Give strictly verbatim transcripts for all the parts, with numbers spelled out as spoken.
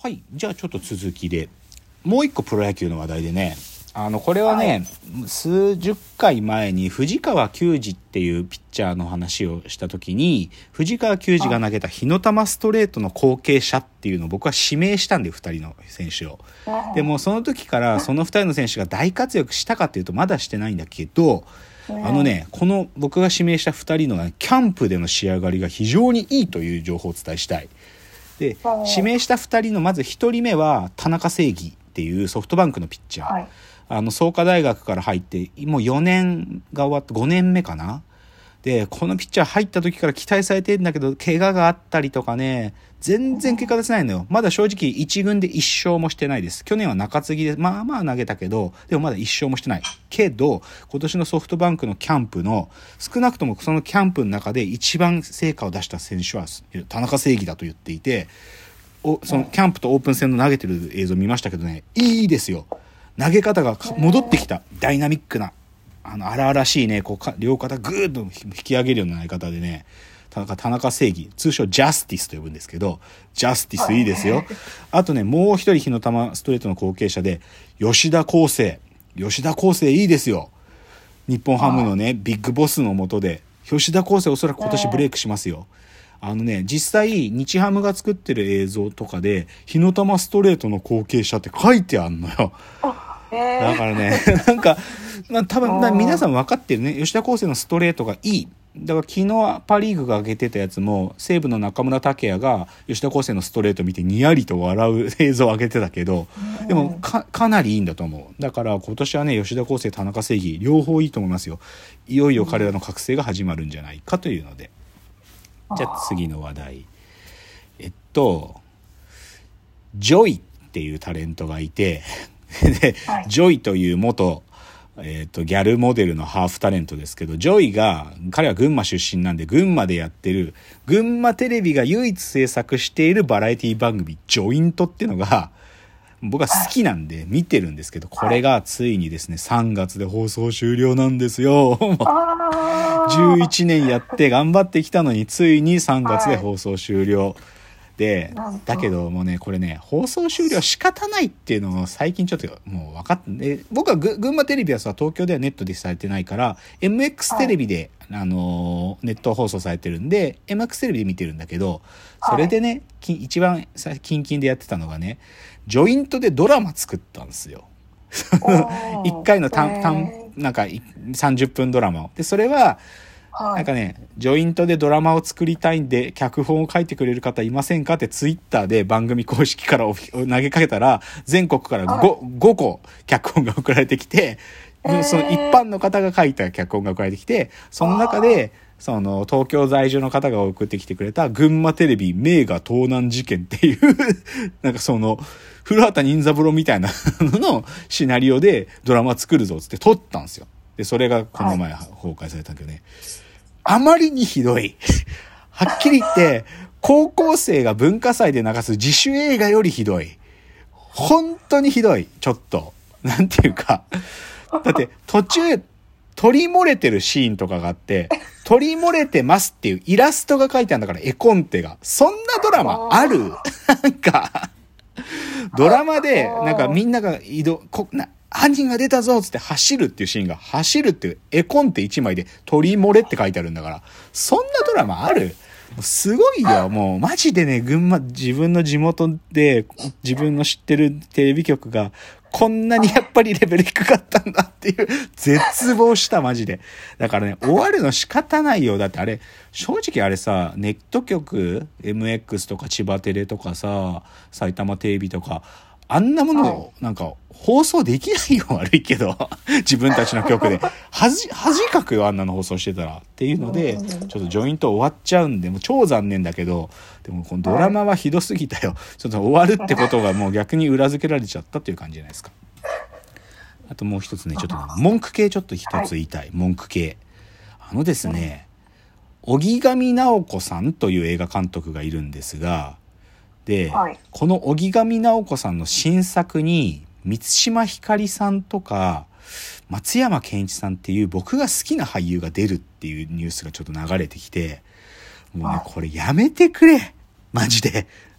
はい、じゃあちょっと続きでもう一個プロ野球の話題でね、あのこれはね、はい、数十回前に藤川球児っていうピッチャーの話をした時に、藤川球児が投げた火の玉ストレートの後継者っていうのを僕は指名したんで、ふたりの選手を。でもその時からそのふたりの選手が大活躍したかっていうとまだしてないんだけど、あのね、この僕が指名したふたりのキャンプでの仕上がりが非常にいいという情報をお伝えしたい。で、指名したふたりのまずひとりめは田中正義っていうソフトバンクのピッチャー、はい、あの創価大学から入ってもうよねんが終わってごねんめかな。でこのピッチャー入った時から期待されてるんだけど、怪我があったりとかね、全然結果出せないのよ。まだ正直一軍で一勝もしてないです。去年は中継ぎでまあまあ投げたけど、でもまだ一勝もしてないけど、今年のソフトバンクのキャンプの少なくともそのキャンプの中で一番成果を出した選手は田中正義だと言っていて、おそのキャンプとオープン戦の投げてる映像見ましたけどね、いいですよ。投げ方が戻ってきた、ダイナミックな、あの荒々しいね、こうか両肩グーッと引き上げるような投げ方でね、田中、田中正義、通称ジャスティスと呼ぶんですけど、ジャスティスいいですよ。あとね、もう一人火の玉ストレートの後継者で吉田康生、吉田康生いいですよ。日本ハムのねビッグボスの下で吉田康生おそらく今年ブレイクしますよ。あのね、実際日ハムが作ってる映像とかで火の玉ストレートの後継者って書いてあんのよ。だからねなんか、まあ、多分皆さん分かってるね、吉田康生のストレートがいい。だから昨日パリーグが上げてたやつも西武の中村剛也が吉田康生のストレート見てにやりと笑う映像を上げてたけど、でも か, かなりいいんだと思う。だから今年はね、吉田康生、田中正義両方いいと思いますよ。いよいよ彼らの覚醒が始まるんじゃないかというので、じゃあ次の話題。えっとジョイっていうタレントがいてで、ジョイという元えー、とギャルモデルのハーフタレントですけど、ジョイが、彼は群馬出身なんで群馬でやってる、群馬テレビが唯一制作しているバラエティ番組ジョイントっていうのが僕は好きなんで見てるんですけど、これがついにですねさんがつで放送終了なんですよじゅういちねんやって頑張ってきたのについにさんがつで放送終了で、だけどもうね、これね、放送終了仕方ないっていうのを最近ちょっともう分かって、僕は群馬テレビはさ、東京ではネットでされてないから エムエックス テレビで、はい、あのネット放送されてるんで エムエックス テレビで見てるんだけど、それでね、はい、一番キンキンでやってたのがね、ジョイントでドラマ作ったんですよいっかいの単単なんかさんじゅっぷんドラマを。でそれはなんかね、ジョイントでドラマを作りたいんで脚本を書いてくれる方いませんかってツイッターで番組公式から投げかけたら、全国から 5, 5個脚本が送られてきて、その一般の方が書いた脚本が送られてきて、その中でその東京在住の方が送ってきてくれた群馬テレビ名画盗難事件っていうなんかその古畑任三郎みたいなののシナリオでドラマ作るぞっつって撮ったんですよ。でそれがこの前公開されたんだけどね、あまりにひどいはっきり言って高校生が文化祭で流す自主映画よりひどい。本当にひどい。ちょっとなんていうか、だって途中取り漏れてるシーンとかがあって、取り漏れてますっていうイラストが書いてあるんだから、絵コンテが。そんなドラマあるなんかドラマでなんかみんなが移動こな犯人が出たぞっつって走るっていうシーンが、走るっていう絵コンテいちまいで取り漏れって書いてあるんだから、そんなドラマある？すごいよ。もうマジでね、群馬、自分の地元で自分の知ってるテレビ局がこんなにやっぱりレベル低かったんだっていう絶望した、マジで。だからね、終わるの仕方ないよ。だってあれ正直あれさ、ネット局 エムエックス とか千葉テレとかさ、埼玉テレビとかあんなものをなんか放送できないよ。悪いけど自分たちの局で恥恥かくよ、あんなの放送してたらっていうので、ちょっとジョイント終わっちゃうんで、もう超残念だけど、でもこのドラマはひどすぎたよ。ちょっと終わるってことがもう逆に裏付けられちゃったっていう感じじゃないですか。あともう一つね、ちょっとね、文句系ちょっと一つ言いたい。文句系、あのですね、荻上直子さんという映画監督がいるんですが、で、はい、この荻上直子さんの新作に満島ひかりさんとか松山ケンイチさんっていう僕が好きな俳優が出るっていうニュースがちょっと流れてきて、もうね、これやめてくれマジで。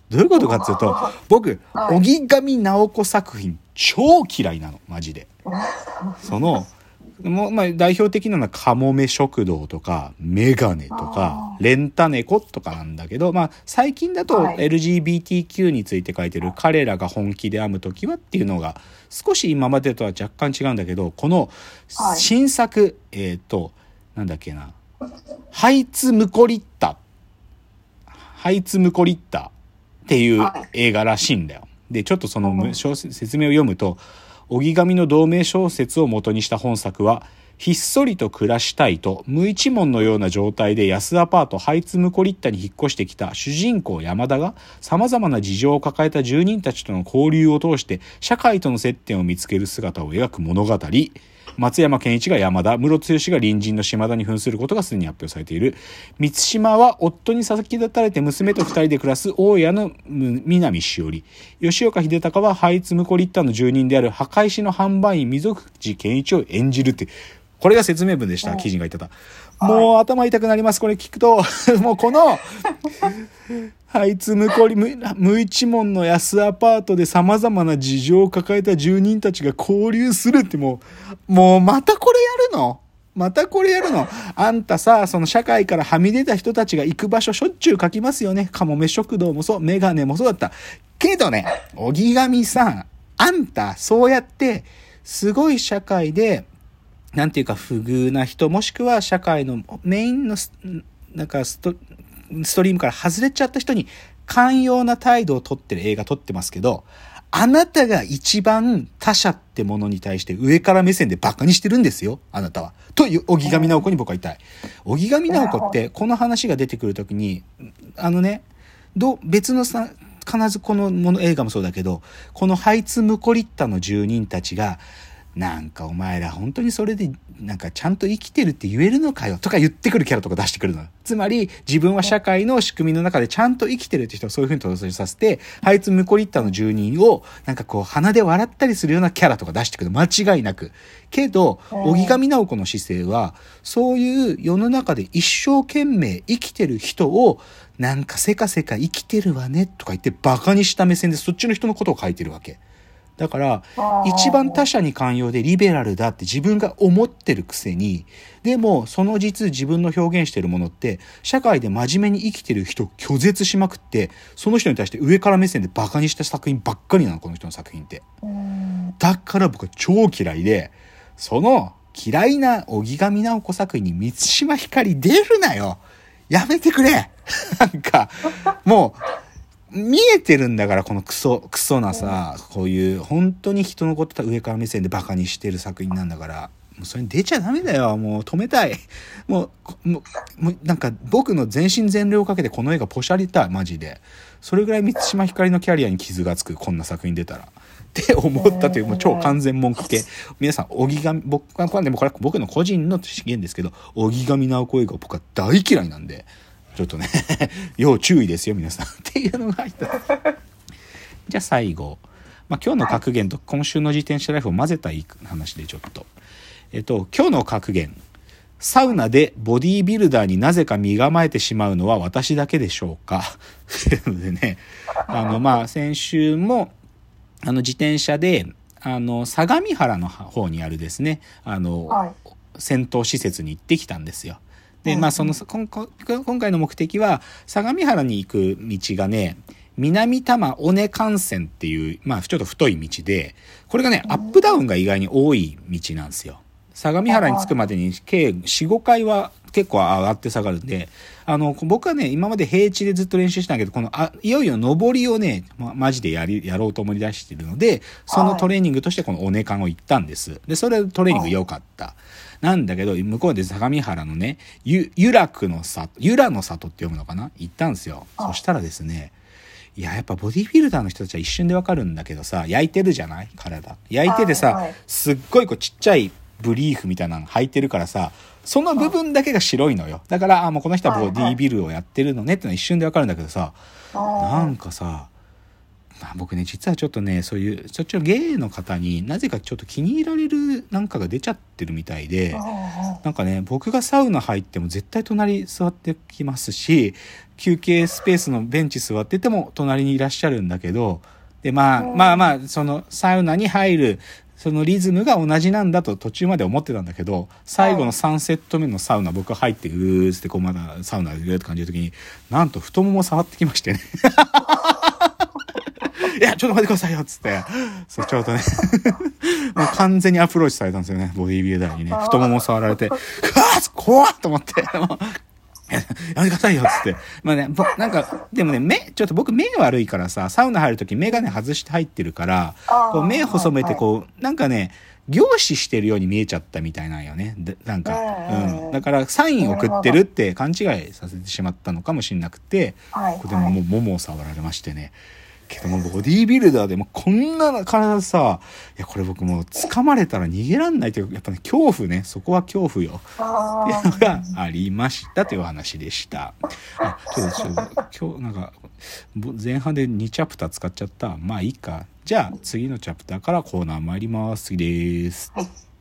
どういうことかっていうと、僕、荻上直子作品超嫌いなの、マジで。その、もうまあ、代表的なのはかもめ食堂とかメガネとかレンタ猫とかなんだけど、まあ、最近だと エルジービーティーキュー について書いてる彼らが本気で編むときはっていうのが少し今までとは若干違うんだけど、この新作、えっとなんだっけな、ハイツムコリッタハイツムコリッタっていう映画らしいんだよ。でちょっとその小説説明を読むと、荻上の同名小説を元にした本作は、ひっそりと暮らしたいと無一文のような状態で安アパートハイツムコリッタに引っ越してきた主人公山田が様々な事情を抱えた住人たちとの交流を通して社会との接点を見つける姿を描く物語。松山ケンイチが山田、室津義が隣人の島田に扮することがすでに発表されている。満島は夫に先立たれて娘と二人で暮らす大家の南しおり。吉岡秀隆はハイツムコリッタの住人である墓石の販売員溝口健一を演じるって、これが説明文でした。記事が言ってた。もう頭痛くなります。これ聞くともうこのハイツムコリ無、無一文の安アパートで様々な事情を抱えた住人たちが交流するって、もうもうまたこれやるのまたこれやるのあんたさ、その社会からはみ出た人たちが行く場所しょっちゅう書きますよね。かもめ食堂もそう、メガネもそうだったけどね、荻上さん、あんたそうやってすごい社会でなんていうか不遇な人、もしくは社会のメインのなんかスト、ストリームから外れちゃった人に寛容な態度を取ってる映画撮ってますけど、あなたが一番他者ってものに対して上から目線でバカにしてるんですよ、あなたは。という荻上直子に僕は言いたい。荻上直子ってこの話が出てくるときに、あのね、ど別のさ、必ずこのもの映画もそうだけど、このハイツムコリッタの住人たちがなんかお前ら本当にそれでなんかちゃんと生きてるって言えるのかよとか言ってくるキャラとか出してくるの。つまり自分は社会の仕組みの中でちゃんと生きてるって人をそういう風に登場させて、ハイツムコリッタの住人をなんかこう鼻で笑ったりするようなキャラとか出してくる。間違いなく。けど荻上直子の姿勢はそういう世の中で一生懸命生きてる人をなんかせかせか生きてるわねとか言ってバカにした目線でそっちの人のことを書いてるわけ。だから一番他者に寛容でリベラルだって自分が思ってるくせに、でもその実自分の表現してるものって社会で真面目に生きてる人を拒絶しまくって、その人に対して上から目線でバカにした作品ばっかりなの、この人の作品って。だから僕は超嫌いで、その嫌いな荻上直子作品に満島ひかり出るなよ、やめてくれなんかもう見えてるんだから、このクソクソなさ、こういう本当に人のこと上から目線でバカにしてる作品なんだから、もうそれに出ちゃダメだよ。もう止めたい。もうもうもうなんか僕の全身全霊をかけてこの映画ポシャりたい、マジで。それぐらい満島ひかりのキャリアに傷がつく、こんな作品出たらって思ったという、もう超完全文句系。皆さん荻上、僕はでもこれは僕の個人の資源ですけど、荻上直子映画僕は大嫌いなんで。ちょっとね要注意ですよ皆さんっていうのが入ったじゃあ最後、まあ、今日の格言と今週の自転車ライフを混ぜた話でちょっとえっと今日の格言、サウナでボディービルダーになぜか身構えてしまうのは私だけでしょうかというのでね、あのまあ先週もあの自転車であの相模原の方にあるですね、あの、はい、戦闘施設に行ってきたんですよ。で、まあ、その、今回の目的は、相模原に行く道がね、南多摩尾根幹線っていう、まあ、ちょっと太い道で、これがね、アップダウンが意外に多い道なんですよ。相模原に着くまでに計よん、ごかいは結構上がって下がるんで、あの、僕はね、今まで平地でずっと練習したんだけど、この、あ、いよいよ上りをね、ま、マジでやり、やろうと思い出してるので、そのトレーニングとしてこの尾根幹を行ったんです。で、それトレーニング良かった。なんだけど、向こうで相模原のね、ゆ、ゆらくの里、ゆらの里って読むのかな？行ったんですよ。そしたらですね、いや、やっぱボディービルダーの人たちは一瞬でわかるんだけどさ、焼いてるじゃない？体。焼いててさ、すっごいこうちっちゃいブリーフみたいなの履いてるからさ、その部分だけが白いのよ。だから、あ、もうこの人はボディービルをやってるのねってのは一瞬でわかるんだけどさ、なんかさ、 僕ね実はちょっとねそういうそっちのゲイの方になぜかちょっと気に入られるなんかが出ちゃってるみたいで、なんかね僕がサウナ入っても絶対隣座ってきますし、休憩スペースのベンチ座ってても隣にいらっしゃるんだけど、でまあまあまあそのサウナに入るそのリズムが同じなんだと途中まで思ってたんだけど、最後のさんセット目のサウナ僕が入ってうーってこうまだサウナでうーって感じる時になんと太もも触ってきましてねいやちょっと待ってくださいよっつってそうちょうどねもう完全にアプローチされたんですよね、ボディービルダーにね。太もも触られてうわー怖っと思ってやめてくださいよっつって。まあね、なんか、でもね、目、ちょっと僕目悪いからさ、サウナ入るときメガネ外して入ってるから、こう目細めてこう、なんかね、凝視してるように見えちゃったみたいなんよね。でなんか、うん。だからサイン送ってるって勘違いさせてしまったのかもしれなくて、でももうももを触られましてね。けどもボディービルダーでもこんな体さ、いやこれ僕もう掴まれたら逃げらんないという、やっぱね恐怖ね、そこは恐怖よっていうのがありましたというお話でした。あ、ちょっとちょっと今日なんか前半でにチャプター使っちゃった。まあいいか。じゃあ次のチャプターからコーナー参ります。次です。